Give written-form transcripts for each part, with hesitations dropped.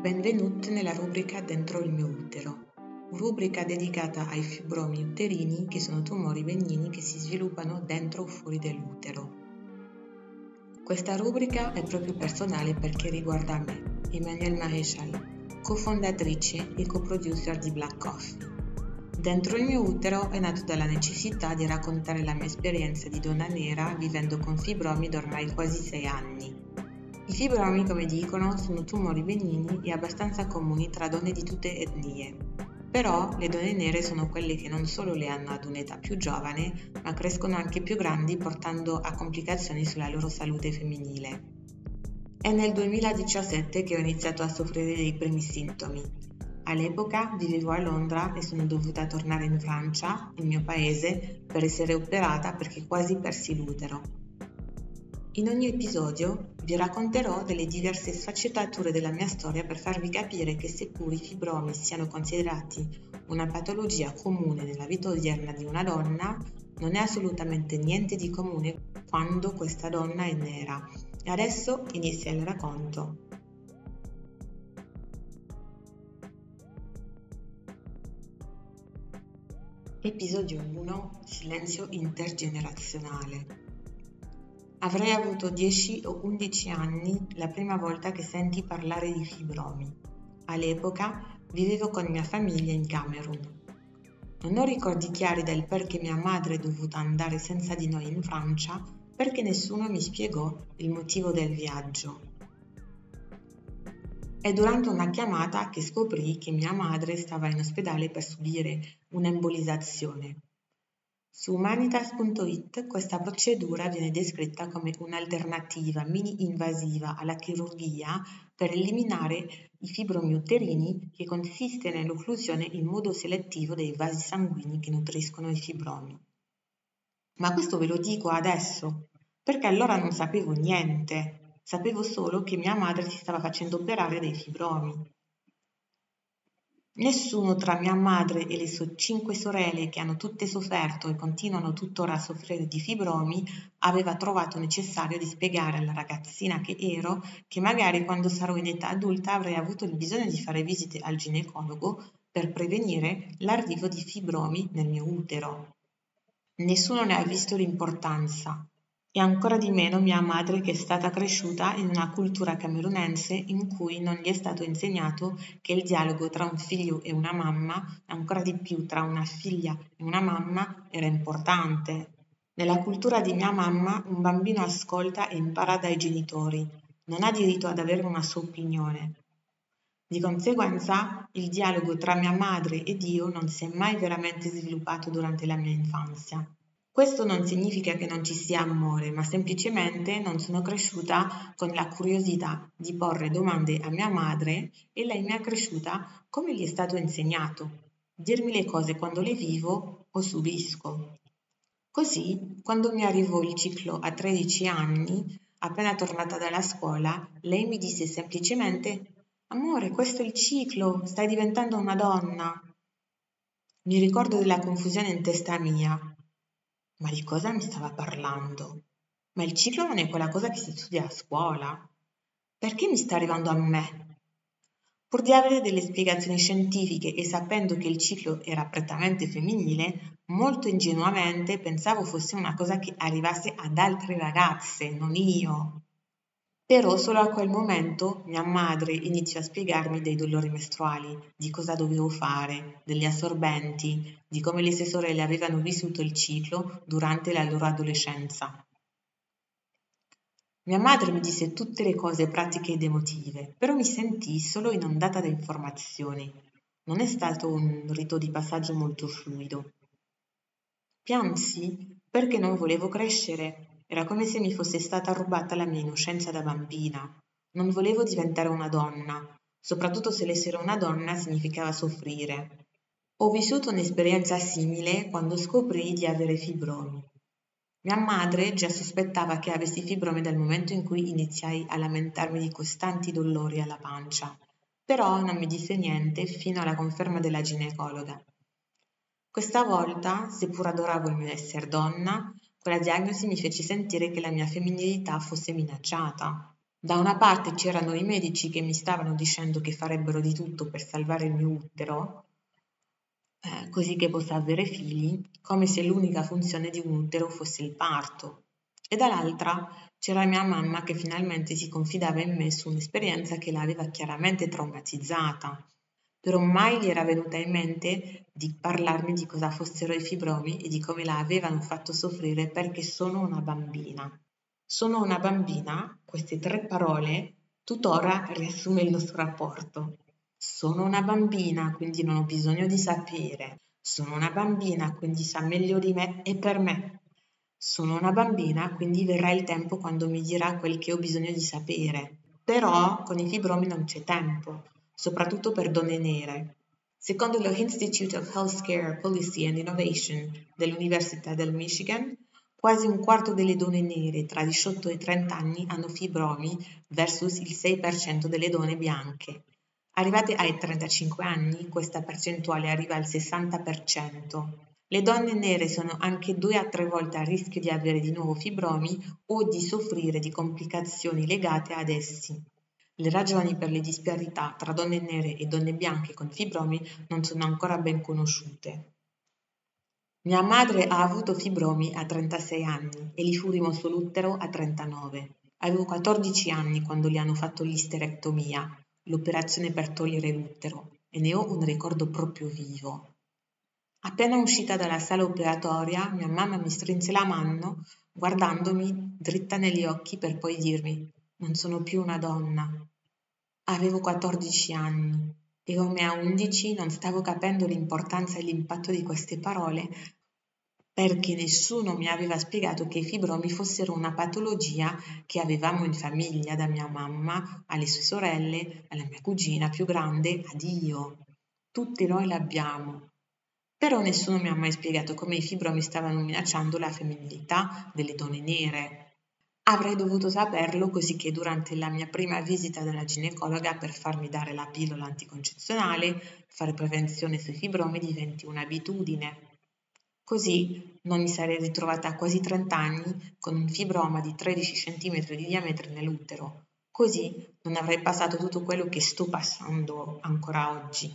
Benvenuti nella rubrica Dentro il mio utero, rubrica dedicata ai fibromi uterini che sono tumori benigni che si sviluppano dentro o fuori dell'utero. Questa rubrica è proprio personale perché riguarda me, Emmanuelle Maréchal, cofondatrice e coproducer di Black Coffee. Dentro il mio utero è nato dalla necessità di raccontare la mia esperienza di donna nera vivendo con fibromi da ormai quasi 6 anni. I fibromi, come dicono, sono tumori benigni e abbastanza comuni tra donne di tutte etnie. Però le donne nere sono quelle che non solo le hanno ad un'età più giovane, ma crescono anche più grandi portando a complicazioni sulla loro salute femminile. È nel 2017 che ho iniziato a soffrire dei primi sintomi. All'epoca vivevo a Londra e sono dovuta tornare in Francia, il mio paese, per essere operata perché quasi persi l'utero. In ogni episodio vi racconterò delle diverse sfaccettature della mia storia per farvi capire che seppur i fibromi siano considerati una patologia comune nella vita odierna di una donna, non è assolutamente niente di comune quando questa donna è nera. E adesso inizia il racconto. Episodio 1: Silenzio intergenerazionale. Avrei avuto 10 o 11 anni la prima volta che sentì parlare di fibromi. All'epoca vivevo con mia famiglia in Camerun. Non ho ricordi chiari del perché mia madre è dovuta andare senza di noi in Francia, perché nessuno mi spiegò il motivo del viaggio. È durante una chiamata che scoprì che mia madre stava in ospedale per subire un'embolizzazione. Su Humanitas.it questa procedura viene descritta come un'alternativa mini-invasiva alla chirurgia per eliminare i fibromi uterini, che consiste nell'occlusione in modo selettivo dei vasi sanguigni che nutriscono i fibromi. Ma questo ve lo dico adesso, perché allora non sapevo niente, sapevo solo che mia madre si stava facendo operare dei fibromi. Nessuno tra mia madre e le sue 5 sorelle, che hanno tutte sofferto e continuano tuttora a soffrire di fibromi, aveva trovato necessario di spiegare alla ragazzina che ero che magari quando sarò in età adulta avrei avuto il bisogno di fare visite al ginecologo per prevenire l'arrivo di fibromi nel mio utero. Nessuno ne ha visto l'importanza. E ancora di meno mia madre, che è stata cresciuta in una cultura camerunense in cui non gli è stato insegnato che il dialogo tra un figlio e una mamma, ancora di più tra una figlia e una mamma, era importante. Nella cultura di mia mamma un bambino ascolta e impara dai genitori, non ha diritto ad avere una sua opinione. Di conseguenza, il dialogo tra mia madre ed io non si è mai veramente sviluppato durante la mia infanzia. Questo non significa che non ci sia amore, ma semplicemente non sono cresciuta con la curiosità di porre domande a mia madre e lei mi ha cresciuta come gli è stato insegnato, dirmi le cose quando le vivo o subisco. Così, quando mi arrivò il ciclo a 13 anni, appena tornata dalla scuola, lei mi disse semplicemente: «Amore, questo è il ciclo, stai diventando una donna». Mi ricordo della confusione in testa mia. Ma di cosa mi stava parlando? Ma il ciclo non è quella cosa che si studia a scuola? Perché mi sta arrivando a me? Pur di avere delle spiegazioni scientifiche e sapendo che il ciclo era prettamente femminile, molto ingenuamente pensavo fosse una cosa che arrivasse ad altre ragazze, non io. Però solo a quel momento mia madre iniziò a spiegarmi dei dolori mestruali, di cosa dovevo fare, degli assorbenti, di come le sue sorelle avevano vissuto il ciclo durante la loro adolescenza. Mia madre mi disse tutte le cose pratiche ed emotive, però mi sentii solo inondata da informazioni. Non è stato un rito di passaggio molto fluido. Piansi perché non volevo crescere. Era come se mi fosse stata rubata la mia innocenza da bambina. Non volevo diventare una donna, soprattutto se l'essere una donna significava soffrire. Ho vissuto un'esperienza simile quando scoprì di avere fibromi. Mia madre già sospettava che avessi fibromi dal momento in cui iniziai a lamentarmi di costanti dolori alla pancia, però non mi disse niente fino alla conferma della ginecologa. Questa volta, seppur adoravo il mio essere donna, quella diagnosi mi fece sentire che la mia femminilità fosse minacciata. Da una parte c'erano i medici che mi stavano dicendo che farebbero di tutto per salvare il mio utero, così che possa avere figli, come se l'unica funzione di un utero fosse il parto. E dall'altra c'era mia mamma che finalmente si confidava in me su un'esperienza che l'aveva chiaramente traumatizzata. Però mai gli era venuta in mente di parlarmi di cosa fossero i fibromi e di come la avevano fatto soffrire perché sono una bambina. Sono una bambina, queste 3 parole, tuttora riassume il nostro rapporto. Sono una bambina, quindi non ho bisogno di sapere. Sono una bambina, quindi sa meglio di me e per me. Sono una bambina, quindi verrà il tempo quando mi dirà quel che ho bisogno di sapere. Però con i fibromi non c'è tempo, soprattutto per donne nere. Secondo lo Institute of Healthcare Policy and Innovation dell'Università del Michigan, quasi un quarto delle donne nere tra 18 e 30 anni hanno fibromi versus il 6% delle donne bianche. Arrivate ai 35 anni, questa percentuale arriva al 60%. Le donne nere sono anche 2 a 3 volte a rischio di avere di nuovo fibromi o di soffrire di complicazioni legate ad essi. Le ragioni per le disparità tra donne nere e donne bianche con fibromi non sono ancora ben conosciute. Mia madre ha avuto fibromi a 36 anni e li fu rimosso l'utero a 39. Avevo 14 anni quando gli hanno fatto l'isterectomia, l'operazione per togliere l'utero, e ne ho un ricordo proprio vivo. Appena uscita dalla sala operatoria, mia mamma mi strinse la mano, guardandomi dritta negli occhi per poi dirmi: «Non sono più una donna». Avevo 14 anni e come a 11 non stavo capendo l'importanza e l'impatto di queste parole perché nessuno mi aveva spiegato che i fibromi fossero una patologia che avevamo in famiglia, da mia mamma alle sue sorelle, alla mia cugina più grande, ad io. Tutti noi l'abbiamo. Però nessuno mi ha mai spiegato come i fibromi stavano minacciando la femminilità delle donne nere. Avrei dovuto saperlo così che durante la mia prima visita dalla ginecologa per farmi dare la pillola anticoncezionale, fare prevenzione sui fibromi diventi un'abitudine. Così non mi sarei ritrovata a quasi 30 anni con un fibroma di 13 cm di diametro nell'utero. Così non avrei passato tutto quello che sto passando ancora oggi.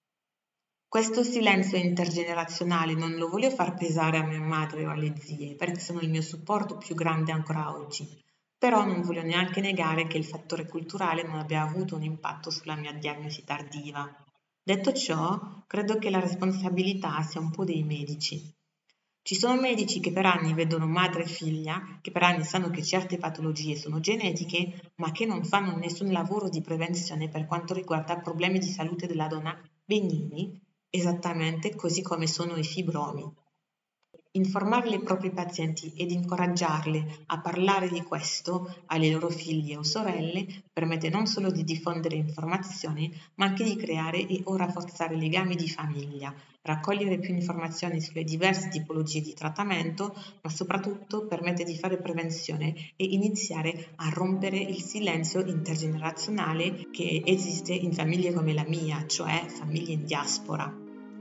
Questo silenzio intergenerazionale non lo voglio far pesare a mia madre o alle zie, perché sono il mio supporto più grande ancora oggi. Però non voglio neanche negare che il fattore culturale non abbia avuto un impatto sulla mia diagnosi tardiva. Detto ciò, credo che la responsabilità sia un po' dei medici. Ci sono medici che per anni vedono madre e figlia, che per anni sanno che certe patologie sono genetiche, ma che non fanno nessun lavoro di prevenzione per quanto riguarda problemi di salute della donna benigni, esattamente così come sono i fibromi. Informare i propri pazienti ed incoraggiarle a parlare di questo alle loro figlie o sorelle permette non solo di diffondere informazioni, ma anche di creare o rafforzare legami di famiglia, raccogliere più informazioni sulle diverse tipologie di trattamento, ma soprattutto permette di fare prevenzione e iniziare a rompere il silenzio intergenerazionale che esiste in famiglie come la mia, cioè famiglie in diaspora.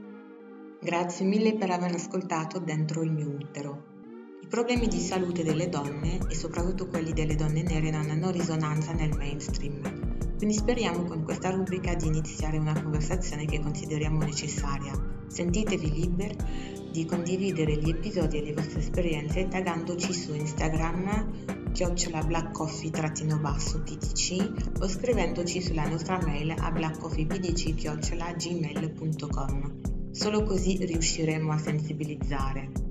Grazie mille per aver ascoltato Dentro il mio utero. I problemi di salute delle donne e soprattutto quelli delle donne nere non hanno risonanza nel mainstream, quindi speriamo con questa rubrica di iniziare una conversazione che consideriamo necessaria. Sentitevi liberi di condividere gli episodi e le vostre esperienze taggandoci su Instagram @blackcoffee_pdc o scrivendoci sulla nostra mail a blackcoffeepdc@gmail.com. Solo così riusciremo a sensibilizzare.